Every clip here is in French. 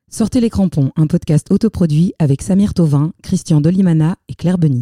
Sortez les crampons, un podcast autoproduit avec Samir Thauvin, Christian Dolimana et Claire Benny.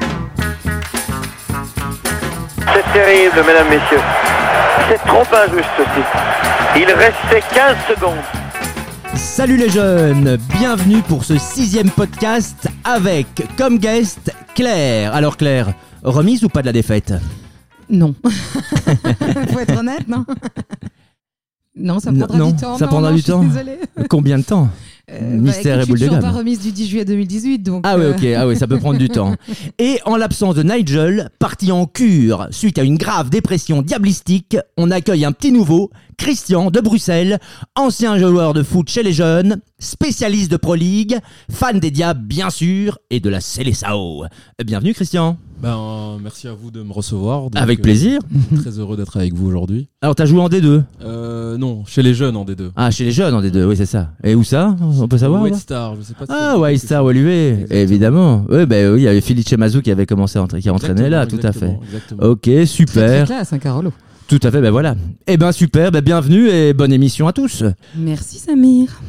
C'est terrible, mesdames, messieurs. C'est trop injuste ceci. Il restait 15 secondes. Salut les jeunes, bienvenue pour ce 6e podcast avec comme guest Claire. Alors Claire, remise ou pas de la défaite ? Non. Faut être honnête, non ? Non, ça prendra du temps. Ça prendra du temps. Désolée. Combien de temps ? Mystère et boule de gomme. Je suis toujours pas remise du 10 juillet 2018, donc... Ah oui, ok, ça peut prendre du temps. Et en l'absence de Nigel, parti en cure suite à une grave dépression diablistique, on accueille un petit nouveau, Christian de Bruxelles, ancien joueur de foot chez les jeunes, spécialiste de Pro League, fan des Diables bien sûr, et de la Seleção. Bienvenue Christian. Merci à vous de me recevoir. Donc, avec plaisir. Très heureux d'être avec vous aujourd'hui. Alors t'as joué en D2 ? Non, chez les jeunes en D2. Ah, chez les jeunes en D2, oui c'est ça. Et où ça ? On peut savoir ? White Star, je sais pas si White Star Woluwe, évidemment. Oui, il y avait Felice Mazou qui avait commencé qui entraînait là, tout à fait. Exactement. Ok, super. Très classe, hein, Carolo. Tout à fait, voilà. Super, bienvenue et bonne émission à tous. Merci Samir.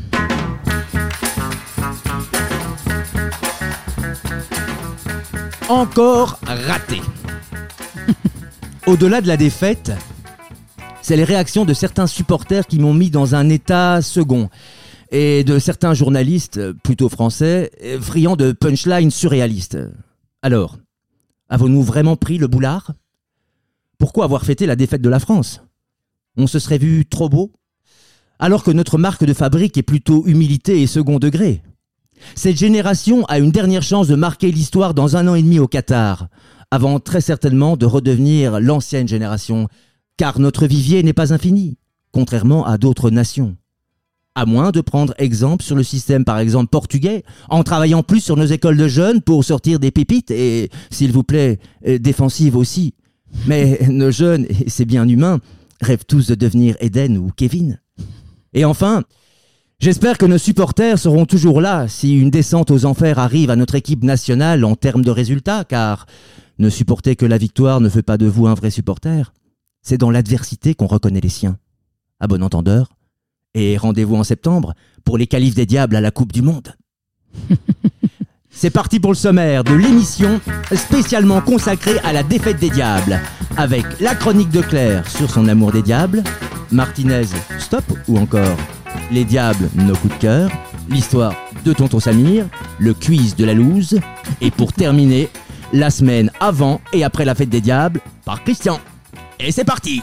Encore raté. Au-delà de la défaite, c'est les réactions de certains supporters qui m'ont mis dans un état second. Et de certains journalistes, plutôt français, friands de punchlines surréalistes. Alors, avons-nous vraiment pris le boulard ? Pourquoi avoir fêté la défaite de la France ? On se serait vu trop beau ? Alors que notre marque de fabrique est plutôt humilité et second degré. Cette génération a une dernière chance de marquer l'histoire dans 1 an et demi au Qatar, avant très certainement de redevenir l'ancienne génération, car notre vivier n'est pas infini, contrairement à d'autres nations. À moins de prendre exemple sur le système, par exemple, portugais, en travaillant plus sur nos écoles de jeunes pour sortir des pépites et, s'il vous plaît, défensives aussi. Mais nos jeunes, et c'est bien humain, rêvent tous de devenir Eden ou Kevin. Et enfin, j'espère que nos supporters seront toujours là si une descente aux enfers arrive à notre équipe nationale en termes de résultats, car ne supporter que la victoire ne fait pas de vous un vrai supporter. C'est dans l'adversité qu'on reconnaît les siens. À bon entendeur. Et rendez-vous en septembre pour les qualifs des Diables à la Coupe du Monde. C'est parti pour le sommaire de l'émission spécialement consacrée à la défaite des Diables, avec la chronique de Claire sur son amour des Diables, Martinez, stop ou encore les Diables, nos coups de cœur, l'histoire de Tonton Samir, le quiz de la loose, et pour terminer, la semaine avant et après la fête des Diables par Christian. Et c'est parti!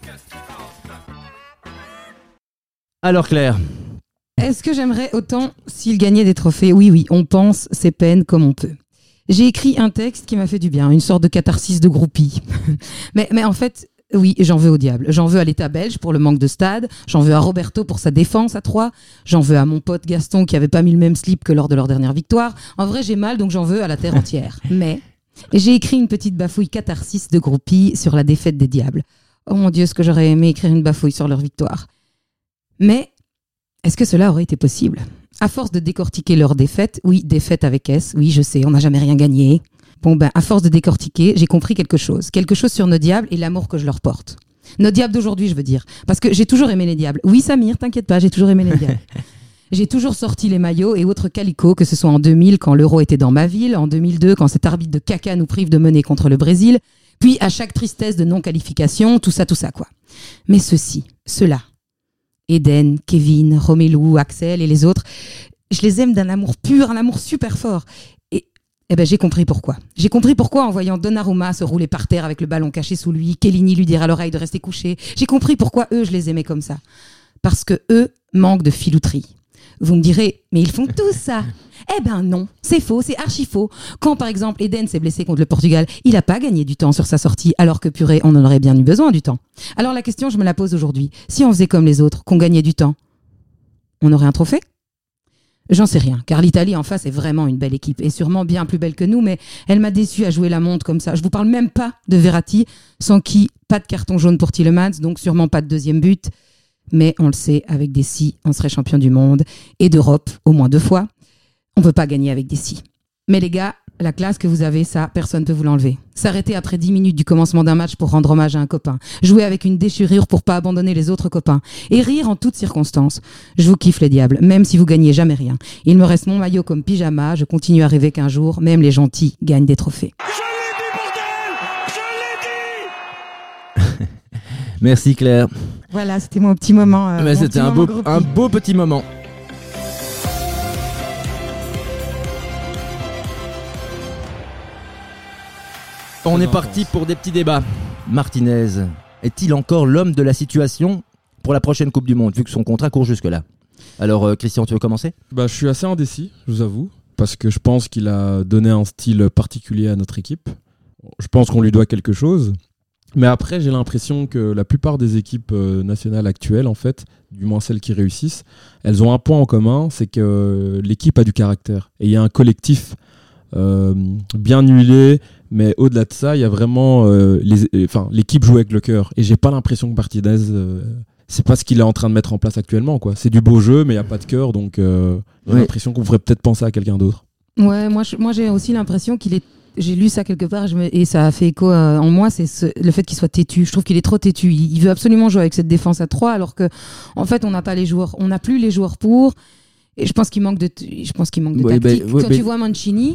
Alors Claire, est-ce que j'aimerais autant s'il gagnait des trophées ? Oui, on pense ses peines comme on peut. J'ai écrit un texte qui m'a fait du bien, une sorte de catharsis de groupie. mais en fait, oui, j'en veux au diable. J'en veux à l'État belge pour le manque de stade, j'en veux à Roberto pour sa défense à 3, j'en veux à mon pote Gaston qui avait pas mis le même slip que lors de leur dernière victoire. En vrai, j'ai mal, donc j'en veux à la terre entière. Mais j'ai écrit une petite bafouille catharsis de groupie sur la défaite des Diables. Oh mon Dieu, ce que j'aurais aimé écrire une bafouille sur leur victoire. Mais est-ce que cela aurait été possible ? À force de décortiquer leur défaite, oui, défaite avec S, oui, je sais, on n'a jamais rien gagné. À force de décortiquer, j'ai compris quelque chose sur nos Diables et l'amour que je leur porte. Nos Diables d'aujourd'hui, je veux dire, parce que j'ai toujours aimé les Diables. Oui, Samir, t'inquiète pas, j'ai toujours aimé les Diables. J'ai toujours sorti les maillots et autres calicots, que ce soit en 2000 quand l'Euro était dans ma ville, en 2002 quand cet arbitre de caca nous prive de mener contre le Brésil, puis à chaque tristesse de non-qualification, tout ça quoi. Mais ceux-là, Eden, Kevin, Romelu, Axel et les autres, je les aime d'un amour pur, un amour super fort. Et j'ai compris pourquoi. J'ai compris pourquoi en voyant Donnarumma se rouler par terre avec le ballon caché sous lui, Kellini lui dire à l'oreille de rester couché. J'ai compris pourquoi eux, je les aimais comme ça. Parce que eux manquent de filouterie. Vous me direz, mais ils font tous ça. Non, c'est faux, c'est archi faux. Quand par exemple Eden s'est blessé contre le Portugal, il n'a pas gagné du temps sur sa sortie, alors que purée, on en aurait bien eu besoin du temps. Alors la question, je me la pose aujourd'hui. Si on faisait comme les autres, qu'on gagnait du temps, on aurait un trophée ? J'en sais rien, car l'Italie en face est vraiment une belle équipe, et sûrement bien plus belle que nous, mais elle m'a déçu à jouer la montre comme ça. Je vous parle même pas de Verratti, sans qui, pas de carton jaune pour Tielemans, donc sûrement pas de deuxième but. Mais on le sait, avec des si, on serait champion du monde, et d'Europe, au moins 2 fois. On peut pas gagner avec des si. Mais les gars, La classe que vous avez, ça, personne ne peut vous l'enlever. S'arrêter après 10 minutes du commencement d'un match pour rendre hommage à un copain. Jouer avec une déchirure pour pas abandonner les autres copains. Et rire en toutes circonstances. Je vous kiffe les diables, même si vous gagnez jamais rien. Il me reste mon maillot comme pyjama. Je continue à rêver qu'un jour, même les gentils gagnent des trophées. Merci Claire. Voilà, c'était mon petit moment. Mais mon c'était petit un moment beau, groupie. un beau petit moment. On est parti pour des petits débats. Martinez est-il encore l'homme de la situation pour la prochaine Coupe du Monde, vu que son contrat court jusque-là? Alors, Christian, tu veux commencer? Je suis assez indécis, je vous avoue, parce que je pense qu'il a donné un style particulier à notre équipe. Je pense qu'on lui doit quelque chose. Mais après, j'ai l'impression que la plupart des équipes nationales actuelles, en fait, du moins celles qui réussissent, elles ont un point en commun, c'est que l'équipe a du caractère. Et il y a un collectif bien huilé, mais au-delà de ça, il y a vraiment l'équipe joue avec le cœur. Et j'ai pas l'impression que Martinez, c'est pas ce qu'il est en train de mettre en place actuellement, quoi. C'est du beau jeu, mais il y a pas de cœur, donc j'ai l'impression qu'on pourrait peut-être penser à quelqu'un d'autre. Ouais, moi j'ai aussi l'impression qu'il est. J'ai lu ça quelque part et ça a fait écho en moi, c'est le fait qu'il soit têtu. Je trouve qu'il est trop têtu. Il veut absolument jouer avec cette défense à 3 alors que en fait on n'a pas les joueurs, on n'a plus les joueurs pour. Et je pense qu'il manque de tactique. Quand tu vois Mancini,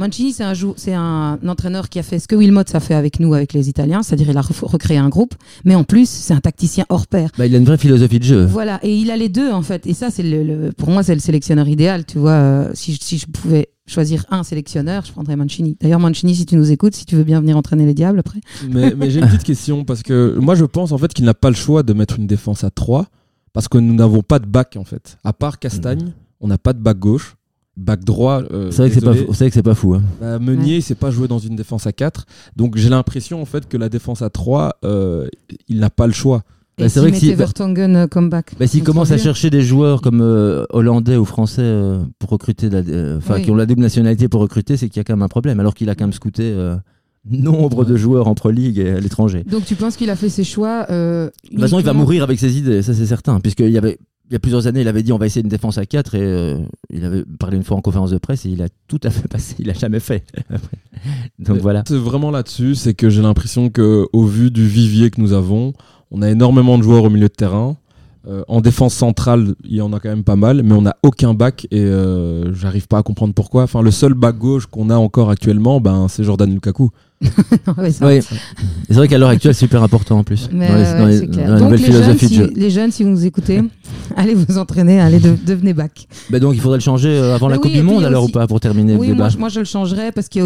c'est un entraîneur qui a fait ce que Wilmot a fait avec nous, avec les Italiens, c'est-à-dire il a recréé un groupe, mais en plus c'est un tacticien hors pair. Il a une vraie philosophie de jeu. Voilà, et il a les deux en fait. Et ça, c'est pour moi, c'est le sélectionneur idéal. Tu vois, si je pouvais choisir un sélectionneur, je prendrais Mancini. D'ailleurs, Mancini, si tu nous écoutes, si tu veux bien venir entraîner les Diables après. Mais j'ai une petite question, parce que moi je pense en fait qu'il n'a pas le choix de mettre une défense à 3, parce que nous n'avons pas de back en fait. À part Castagne, on n'a pas de back gauche. Back droit, c'est vrai que c'est pas fou. Hein. Meunier, il sait pas jouer dans une défense à 4. Donc j'ai l'impression en fait que la défense à 3, il n'a pas le choix. Et c'est vrai que si Vertonghen comme back. S'il commence à chercher des joueurs comme hollandais ou français pour recruter, qui ont la double nationalité pour recruter, c'est qu'il y a quand même un problème. Alors qu'il a quand même scouté nombre de joueurs entre ligues et à l'étranger. Donc tu penses qu'il a fait ses choix de toute façon, il va mourir avec ses idées, ça c'est certain, puisqu'il y a plusieurs années, il avait dit on va essayer une défense à 4 et il avait parlé une fois en conférence de presse et il a tout à fait passé, il a jamais fait. Donc voilà. C'est vraiment là-dessus, c'est que j'ai l'impression qu'au vu du vivier que nous avons, on a énormément de joueurs au milieu de terrain. En défense centrale, il y en a quand même pas mal, mais on n'a aucun back et j'arrive pas à comprendre pourquoi. Enfin, le seul back gauche qu'on a encore actuellement, c'est Jordan Lukaku. C'est vrai qu'à l'heure actuelle, c'est super important en plus. C'est clair. Donc les jeunes, si vous nous écoutez, allez vous entraîner, devenez back. Donc il faudrait le changer avant la Coupe du Monde alors ou pas pour terminer le débat. Moi je le changerais parce qu'il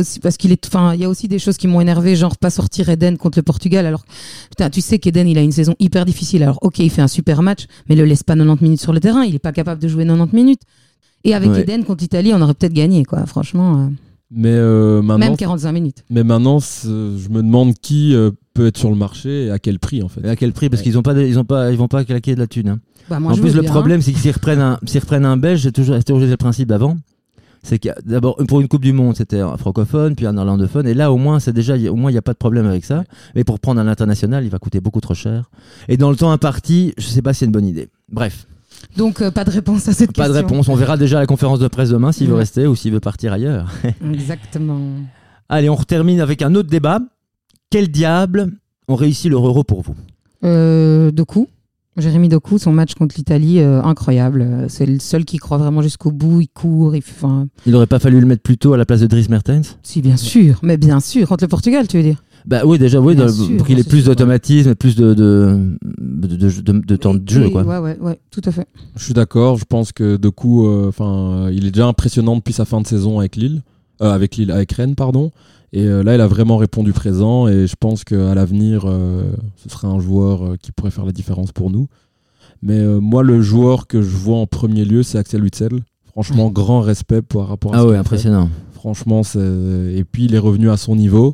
y a aussi des choses qui m'ont énervé, genre pas sortir Eden contre le Portugal. Alors putain, tu sais qu'Eden il a une saison hyper difficile. Alors ok, il fait un super match, mais le laisse pas 90 minutes sur le terrain. Il est pas capable de jouer 90 minutes. Et avec Eden contre l'Italie, on aurait peut-être gagné quoi. Franchement. Mais maintenant, même 45 minutes. Mais maintenant, je me demande qui peut être sur le marché et à quel prix en fait. Et à quel prix? Parce qu'ils vont pas claquer de la thune. Hein. Moi, en plus, le problème, c'est que s'ils reprennent un Belge, c'est toujours le principe d'avant. C'est que d'abord pour une Coupe du Monde, c'était un francophone, puis un néerlandophone, et là au moins il n'y a pas de problème avec ça. Mais pour prendre un international, il va coûter beaucoup trop cher. Et dans le temps imparti, je sais pas si c'est une bonne idée. Bref. Donc pas de réponse à cette question. Pas de réponse. On verra déjà à la conférence de presse demain s'il veut rester ou s'il veut partir ailleurs. Exactement. Allez, on termine avec un autre débat. Quel diable ont réussi leur Euro pour vous? Doku. Jérémy Doku, son match contre l'Italie, incroyable. C'est le seul qui croit vraiment jusqu'au bout. Il court. Il n'aurait pas fallu le mettre plus tôt à la place de Dries Mertens? Si, bien sûr. Mais bien sûr. Contre le Portugal, tu veux dire? Oui, déjà, pour qu'il ait plus d'automatisme et plus de temps de jeu. Quoi. Ouais, tout à fait. Je suis d'accord. Je pense que Doku, il est déjà impressionnant depuis sa fin de saison avec Rennes, pardon. Et là, il a vraiment répondu présent. Et je pense qu'à l'avenir, ce serait un joueur qui pourrait faire la différence pour nous. Mais moi, le joueur que je vois en premier lieu, c'est Axel Witsel. Franchement, grand respect par rapport à ce qu'il a impressionnant. Fait. Franchement, et puis il est revenu à son niveau.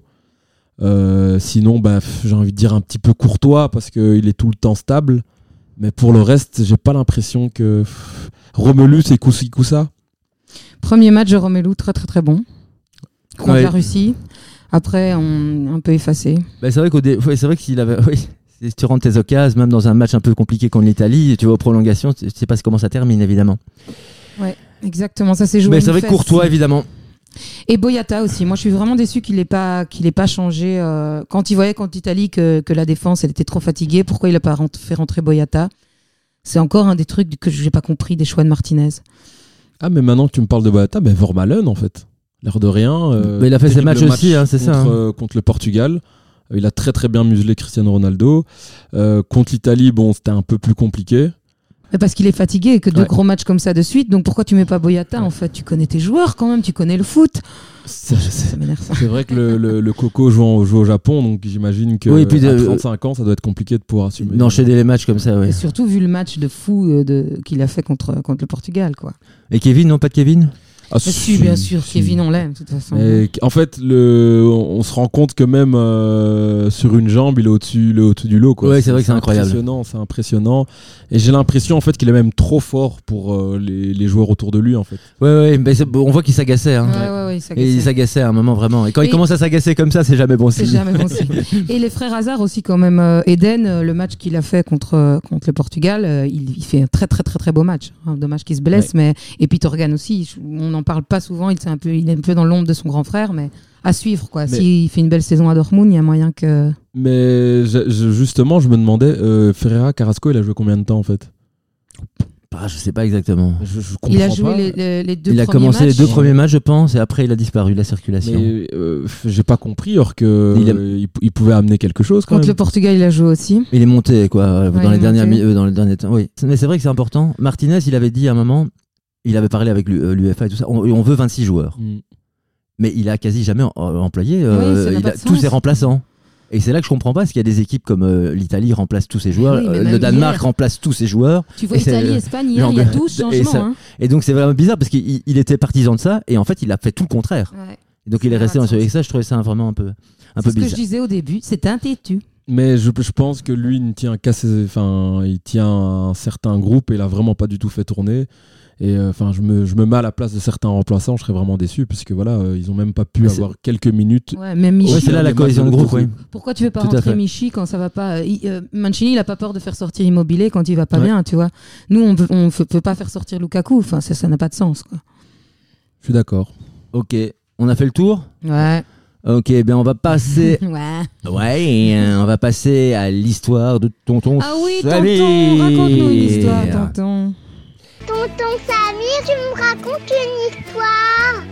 Sinon, j'ai envie de dire un petit peu courtois parce qu'il est tout le temps stable. Mais pour le reste, j'ai pas l'impression que Romelu, c'est coup-ça. Premier match de Romelu, très très très bon. Contre la Russie. Après, un peu effacé. C'est vrai que s'il avait... si tu rentres tes occasions, même dans un match un peu compliqué contre l'Italie, tu vas aux prolongations, tu sais pas comment ça termine, évidemment. Ouais, exactement. Ça s'est joué. Mais c'est vrai que Courtois, évidemment. Et Boyata aussi. Moi, je suis vraiment déçu qu'il n'ait pas changé. Quand il voyait contre l'Italie que la défense, elle était trop fatiguée, pourquoi il n'a pas fait rentrer Boyata? C'est encore un des trucs que je n'ai pas compris des choix de Martinez. Ah, mais maintenant que tu me parles de Boyata, Vermaelen, en fait. L'air de rien. Mais il a fait ses matchs aussi, hein, c'est ça. Contre le Portugal. Il a très très bien muselé Cristiano Ronaldo. Contre l'Italie, c'était un peu plus compliqué. Mais parce qu'il est fatigué et que deux gros matchs comme ça de suite. Donc pourquoi tu mets pas Boyata en fait? Tu connais tes joueurs quand même, tu connais le foot. Ça m'énerve ça. C'est vrai que le Coco joue au Japon, donc j'imagine que à 35 ans, ça doit être compliqué de pouvoir assumer. D'enchaîner les matchs comme ça, ouais. Et surtout vu le match de fou qu'il a fait contre le Portugal, quoi. Et Kevin, non pas de Kevin? Ah, si, bien sûr, Kevin, on l'aime de toute façon. Et, en fait, on se rend compte que même sur une jambe, il est au-dessus du lot, quoi. Ouais, c'est vrai que c'est incroyable. C'est impressionnant. Et j'ai l'impression en fait qu'il est même trop fort pour les joueurs autour de lui, en fait. Ouais, mais on voit qu'il s'agaçait. Hein. Ouais, il s'agaçait à un moment vraiment. Et quand il commence à s'agacer comme ça, c'est jamais bon signe. C'est jamais bon signe. Et les frères Hazard aussi quand même. Eden, le match qu'il a fait contre le Portugal, il fait un très très très très beau match. Dommage qu'il se blesse, mais et Peter Torgan aussi. On n'en parle pas souvent. Il est un peu dans l'ombre de son grand frère, mais à suivre quoi. S'il fait une belle saison à Dortmund, il y a moyen que. Mais justement, je me demandais, Ferreira Carrasco, il a joué combien de temps en fait? Je sais pas exactement. Je comprends il a joué pas. les 2 premiers matchs. Il a commencé les 2 premiers matchs, je pense, et après il a disparu la circulation. Mais j'ai pas compris, alors que il pouvait amener quelque chose quand Contre même. le Portugal, il a joué aussi. Il est monté quoi dans les derniers temps. Oui, mais c'est vrai que c'est important. Martinez, il avait dit à un moment, il avait parlé avec l'UEFA et tout ça. On veut 26 joueurs, mais il a quasi jamais employé tous ses remplaçants. Et c'est là que je comprends pas, parce qu'il y a des équipes comme l'Italie remplace tous ses joueurs, le Danemark remplace tous ses joueurs. Tu vois Italie, Espagne, hier, il y a 12 changements. Et donc c'est vraiment bizarre, parce qu'il était partisan de ça, et en fait il a fait tout le contraire. Ouais. Et donc il est resté avec ça, je trouvais ça vraiment un peu bizarre. C'est ce que je disais au début, c'est un têtu. Mais je pense que lui ne tient qu'à il tient un certain groupe, et il a vraiment pas du tout fait tourner. Et je me mets à la place de certains remplaçants, je serais vraiment déçu, parce que voilà, ils ont même pas pu avoir quelques minutes. Ouais, même Michi. Ouais, c'est là la cohésion de groupe. Oui. Pourquoi tu veux pas rentrer Michi quand ça va pas? Mancini, il a pas peur de faire sortir Immobile quand il va pas bien, tu vois. Nous, on peut pas faire sortir Lukaku. Enfin, ça n'a pas de sens, quoi. Je suis d'accord. Ok, on a fait le tour. Ouais. Ok, on va passer. On va passer à l'histoire de Tonton. Ah oui, Tonton, raconte-nous une histoire, Tonton. Tonton Samir, tu me racontes une histoire.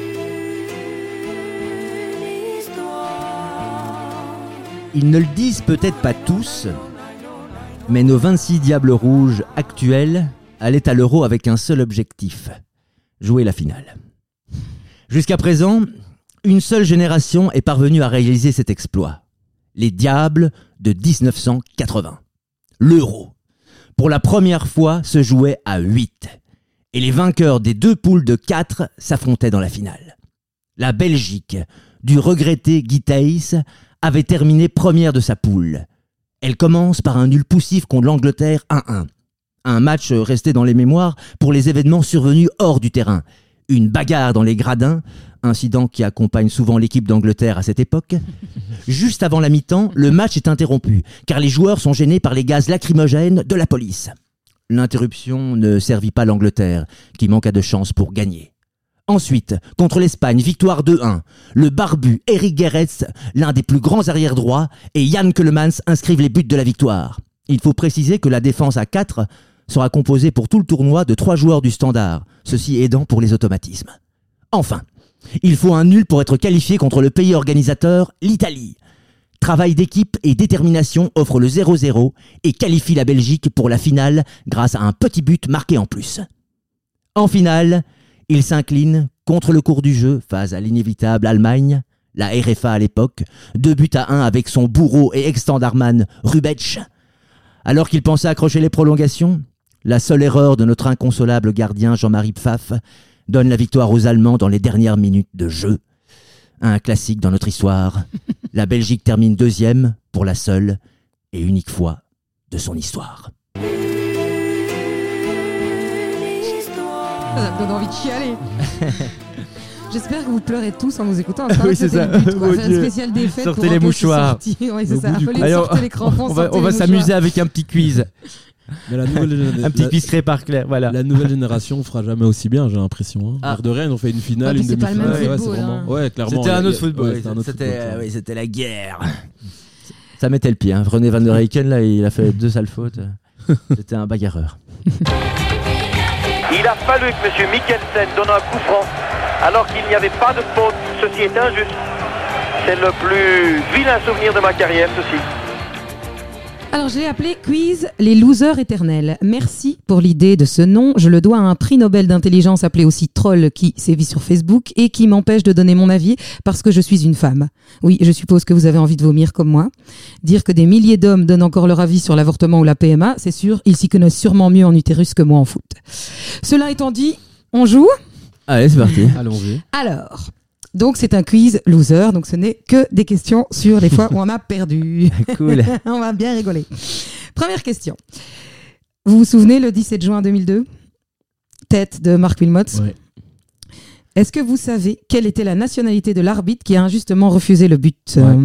Ils ne le disent peut-être pas tous, mais nos 26 Diables Rouges actuels allaient à l'Euro avec un seul objectif, jouer la finale. Jusqu'à présent, une seule génération est parvenue à réaliser cet exploit. Les Diables de 1980. L'Euro. Pour la première fois, se jouait à 8. Et les vainqueurs des 2 poules de 4 s'affrontaient dans la finale. La Belgique, du regretté Guy Thys, avait terminé première de sa poule. Elle commence par un nul poussif contre l'Angleterre 1-1. Un match resté dans les mémoires pour les événements survenus hors du terrain. Une bagarre dans les gradins, incident qui accompagne souvent l'équipe d'Angleterre à cette époque. Juste avant la mi-temps, le match est interrompu, car les joueurs sont gênés par les gaz lacrymogènes de la police. L'interruption ne servit pas l'Angleterre, qui manqua de chance pour gagner. Ensuite, contre l'Espagne, victoire 2-1. Le barbu Eric Gerets, l'un des plus grands arrières droits, et Jan Keulemans inscrivent les buts de la victoire. Il faut préciser que la défense à 4 sera composée pour tout le tournoi de 3 joueurs du Standard, ceci aidant pour les automatismes. Enfin, il faut un nul pour être qualifié contre le pays organisateur, l'Italie. Travail d'équipe et détermination offrent le 0-0 et qualifie la Belgique pour la finale grâce à un petit but marqué en plus. En finale, il s'incline contre le cours du jeu face à l'inévitable Allemagne, la RFA à l'époque, 2-1 avec son bourreau et ex-standardman Rubetsch. Alors qu'il pensait accrocher les prolongations, la seule erreur de notre inconsolable gardien Jean-Marie Pfaff donne la victoire aux Allemands dans les dernières minutes de jeu. Un classique dans notre histoire. La Belgique termine 2e pour la seule et unique fois de son histoire. Ça me donne envie de chialer. J'espère que vous pleurez tous en nous écoutant. Oui, c'est ça. Le but, on va faire un spécial défaite. Sortez les mouchoirs. Oui, c'est ça. Sortez les crampons, on va s'amuser avec un petit quiz. Mais la nouvelle Un petit quiz créé par Claire, voilà. La nouvelle génération fera jamais aussi bien, j'ai l'impression. Hein. Ah. L'air de rien, ils ont fait une finale, Ouais, une puis c'est pas le demi-finale. même Ouais, football, c'est vraiment... hein. ouais, clairement. C'était un autre football. Ouais, c'était un autre C'était, football, ça. oui, c'était la guerre. Ça mettait le pied. Hein. René Van der Eycken, là, il a fait 2 sales fautes. C'était un bagarreur. Il a fallu que M. Mikkelsen donne un coup franc alors qu'il n'y avait pas de faute. Ceci est injuste. C'est le plus vilain souvenir de ma carrière, ceci. Alors, je l'ai appelé Quiz les losers éternels. Merci pour l'idée de ce nom. Je le dois à un prix Nobel d'intelligence appelé aussi Troll qui sévit sur Facebook et qui m'empêche de donner mon avis parce que je suis une femme. Oui, je suppose que vous avez envie de vomir comme moi. Dire que des milliers d'hommes donnent encore leur avis sur l'avortement ou la PMA, c'est sûr, ils s'y connaissent sûrement mieux en utérus que moi en foot. Cela étant dit, on joue ? Allez, c'est parti. Allons-y. Alors, donc c'est un quiz loser, donc ce n'est que des questions sur les fois où on a perdu. Cool. On va bien rigoler. Première question. Vous vous souvenez le 17 juin 2002 ? Tête de Marc Wilmots. Ouais. Est-ce que vous savez quelle était la nationalité de l'arbitre qui a injustement refusé le but ?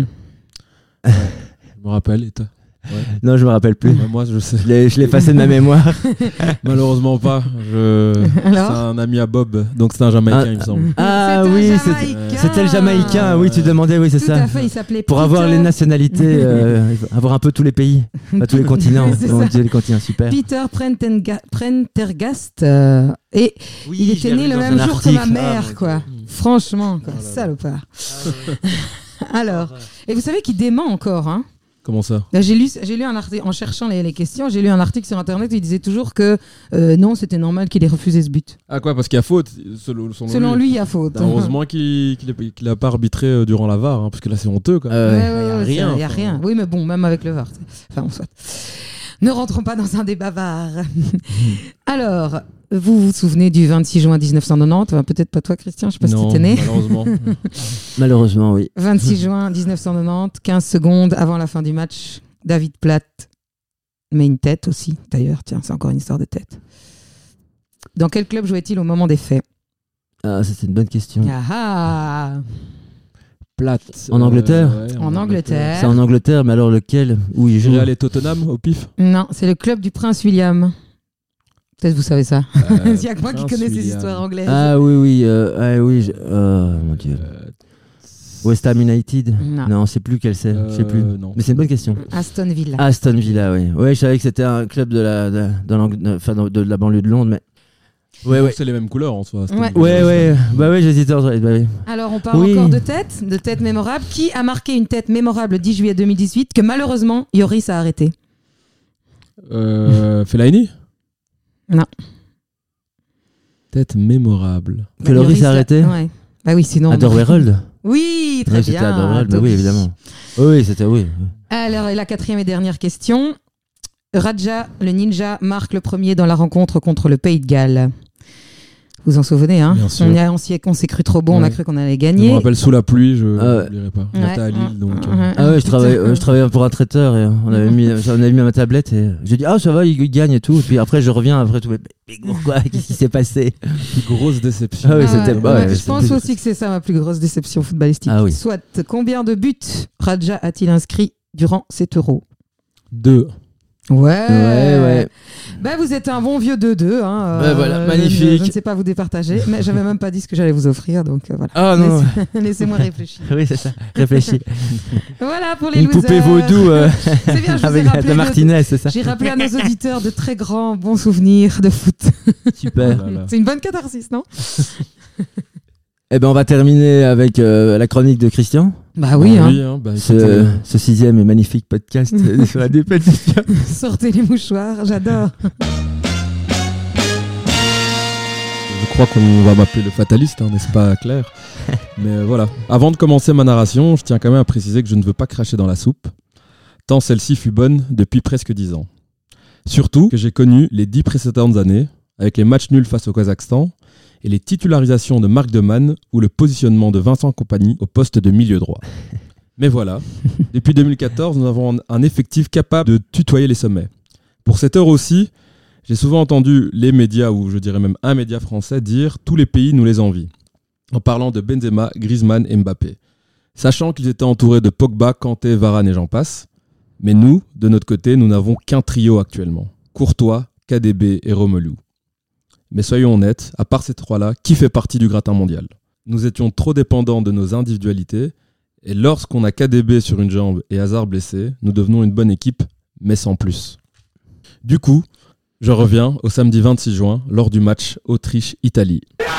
Je me rappelle, et toi ? Non, je me rappelle plus. Bah, moi, je sais. Je l'ai effacé de ma mémoire. Malheureusement pas. C'est Alors un ami à Bob, donc c'est un Jamaïcain, il me semble. Ah C'est un oui, Jamaïcain. c'était le Jamaïcain. Oui, tu demandais, oui, c'est Tout ça. à fait, il s'appelait Pour avoir Peter- les nationalités, avoir un peu tous les pays, pas tous les continents. C'est Oh, ça. Dieu, les continents, super. Peter Prendergast. Et Oui, il je était l'ai né lu le dans même un jour que ma article. mère, mon quoi. Dieu. Franchement, quoi. Oh là là. Salopard. Alors, et vous savez qu'il dément encore, hein. Comment ça ? Là, j'ai lu un article, en cherchant les questions, j'ai lu un article sur Internet où il disait toujours que non, c'était normal qu'il ait refusé ce but. Ah quoi, parce qu'il y a faute, Selon lui, il y a faute. Heureusement qu'il a pas arbitré durant la VAR, hein, parce que là c'est honteux quand même. Ouais, Ouais. ouais, ouais, rien, il n'y a enfin. rien. Oui, mais bon, même avec le VAR. Enfin, on souhaite. Ne rentrons pas dans un débat VAR. Alors, vous vous souvenez du 26 juin 1990 enfin, peut-être pas toi, Christian, je sais pas si Non, tu étais né. malheureusement. Malheureusement, oui. 26 juin 1990, 15 secondes avant la fin du match, David Platt met une tête aussi, d'ailleurs. Tiens, c'est encore une histoire de tête. Dans quel club jouait-il au moment des faits ? Ah, ça, c'est une bonne question. Ah ah Plate. En Angleterre ouais, En Angleterre. C'est en Angleterre, mais alors lequel ? Où il Je joue vais aller Tottenham au pif. Non, c'est le club du Prince William. Peut-être vous savez ça. Il n'y a que moi qui Prince connais ces William. histoires anglaises. Ah oui, oui. Mon Dieu. West Ham United ? Non. Non, c'est plus quel c'est. Je sais plus. Non. Mais c'est une bonne question. Aston Villa. Aston Villa, oui. Ouais, je savais que c'était un club de la banlieue de Londres, mais. Ouais, ouais. C'est les mêmes couleurs en soi. Ouais. Ouais. Bah ouais, j'hésitais entre. Bah oui. Alors, on parle Oui. encore de tête mémorable. Qui a marqué une tête mémorable le 10 juillet 2018 que malheureusement, Yoris a arrêté ? Fellaini ? Non. Tête mémorable. Que Loris a arrêté ? Ouais. Bah oui, sinon. Adorwereld ? Oui, très Ouais, bien. c'était Adorwereld, bah oui, Toby. évidemment. Oui, c'était oui. Alors, et la quatrième et dernière question. Raja, le ninja, marque le premier dans la rencontre contre le Pays de Galles. Vous en souvenez, hein ? Bien sûr. On s'est cru trop bon, on a Ouais. cru qu'on allait Je gagner. me rappelle sous la pluie, je Ouais. n'oublierai pas. Ouais. J'étais à Lille, donc. Ah ouais, je travaillais pour un traiteur et on avait mis ma tablette et j'ai dit ah ça va, il gagne et tout. Et puis après je reviens après tout. Mais pourquoi ? Qu'est-ce qui s'est passé ? Grosse déception. Ah oui, Ah c'était ouais, pas. ouais, ouais, je pense c'était- aussi que c'est ça ma plus grosse déception footballistique. Ah oui. Soit, combien de buts Raja a-t-il inscrit durant cet Euro ? 2. Ouais. Ben, vous êtes un bon vieux 2-2. Hein, Ben voilà, je magnifique. ne sais pas vous départager, mais j'avais même pas dit ce que j'allais vous offrir, donc voilà. Ah non. Laissez-moi réfléchir. Oui, c'est ça. Réfléchis. Voilà pour les Une losers. poupée vaudou C'est bien, je vous ai avec rappelé de Martinez, c'est ça. J'ai rappelé à nos auditeurs de très grands bons souvenirs de foot. Super. C'est une bonne catharsis, non ? Eh ben on va terminer avec la chronique de Christian. Bah oui, hein. Bah, écoutez, Ce 6e et magnifique podcast sur la défaite. Sortez les mouchoirs, j'adore. je crois qu'on va m'appeler le fataliste, hein, n'est-ce pas, Claire ? Mais voilà. Avant de commencer ma narration, je tiens quand même à préciser que je ne veux pas cracher dans la soupe, tant celle-ci fut bonne depuis presque 10 ans. Surtout que j'ai connu les 10 précédentes années, avec les matchs nuls face au Kazakhstan, et les titularisations de Marc Demann ou le positionnement de Vincent Kompany au poste de milieu droit. Mais voilà, depuis 2014, nous avons un effectif capable de tutoyer les sommets. Pour cette heure aussi, j'ai souvent entendu les médias, ou je dirais même un média français, dire « tous les pays nous les envient », en parlant de Benzema, Griezmann et Mbappé, sachant qu'ils étaient entourés de Pogba, Kanté, Varane et j'en passe. Mais nous, de notre côté, nous n'avons qu'un trio actuellement. Courtois, KDB et Romelu. Mais soyons honnêtes, à part ces trois-là, qui fait partie du gratin mondial ? Nous étions trop dépendants de nos individualités, et lorsqu'on a KDB sur une jambe et Hazard blessé, nous devenons une bonne équipe, mais sans plus. Du coup, je reviens au samedi 26 juin, lors du match Autriche-Italie.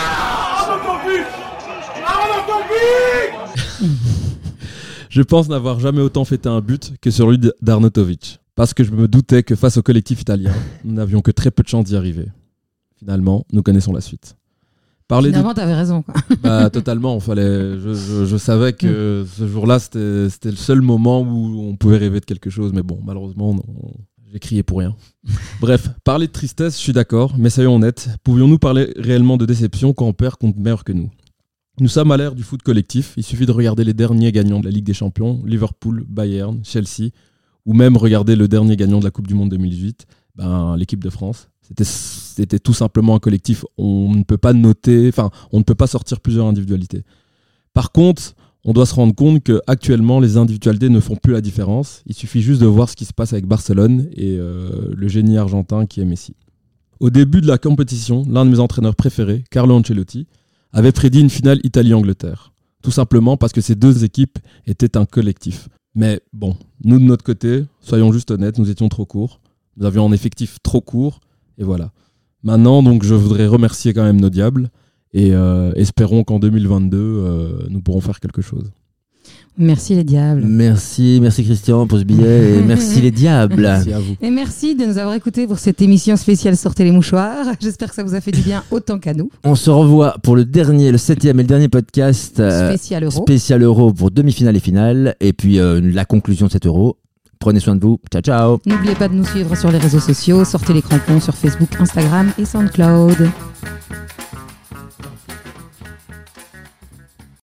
Je pense n'avoir jamais autant fêté un but que celui d'Arnautovic, parce que je me doutais que face au collectif italien, nous n'avions que très peu de chance d'y arriver. Finalement, nous connaissons la suite. Finalement, t'avais raison, quoi. Totalement. Je savais que ce jour-là, c'était le seul moment où on pouvait rêver de quelque chose. Mais bon, malheureusement, j'ai crié pour rien. Bref, parler de tristesse, je suis d'accord. Mais soyons honnêtes, pouvions-nous parler réellement de déception quand on perd contre meilleur que nous ? Nous sommes à l'ère du foot collectif. Il suffit de regarder les derniers gagnants de la Ligue des Champions, Liverpool, Bayern, Chelsea, ou même regarder le dernier gagnant de la Coupe du Monde 2018, l'équipe de France. C'était tout simplement un collectif. On ne peut pas on ne peut pas sortir plusieurs individualités. Par contre, on doit se rendre compte qu'actuellement, les individualités ne font plus la différence. Il suffit juste de voir ce qui se passe avec Barcelone et le génie argentin qui est Messi. Au début de la compétition, l'un de mes entraîneurs préférés, Carlo Ancelotti, avait prédit une finale Italie-Angleterre. Tout simplement parce que ces deux équipes étaient un collectif. Mais bon, nous de notre côté, soyons juste honnêtes, nous étions trop courts. Nous avions un effectif trop court. Et voilà. Maintenant, donc, je voudrais remercier quand même nos diables et espérons qu'en 2022, nous pourrons faire quelque chose. Merci les diables. Merci Christian pour ce billet et merci les diables. Merci à vous. Et merci de nous avoir écoutés pour cette émission spéciale Sortez les mouchoirs. J'espère que ça vous a fait du bien autant qu'à nous. On se revoit pour le 7e et le dernier podcast spécial Euro pour demi-finale et finale et puis la conclusion de cet Euro. Prenez soin de vous. Ciao, ciao. N'oubliez pas de nous suivre sur les réseaux sociaux. Sortez les crampons sur Facebook, Instagram et SoundCloud.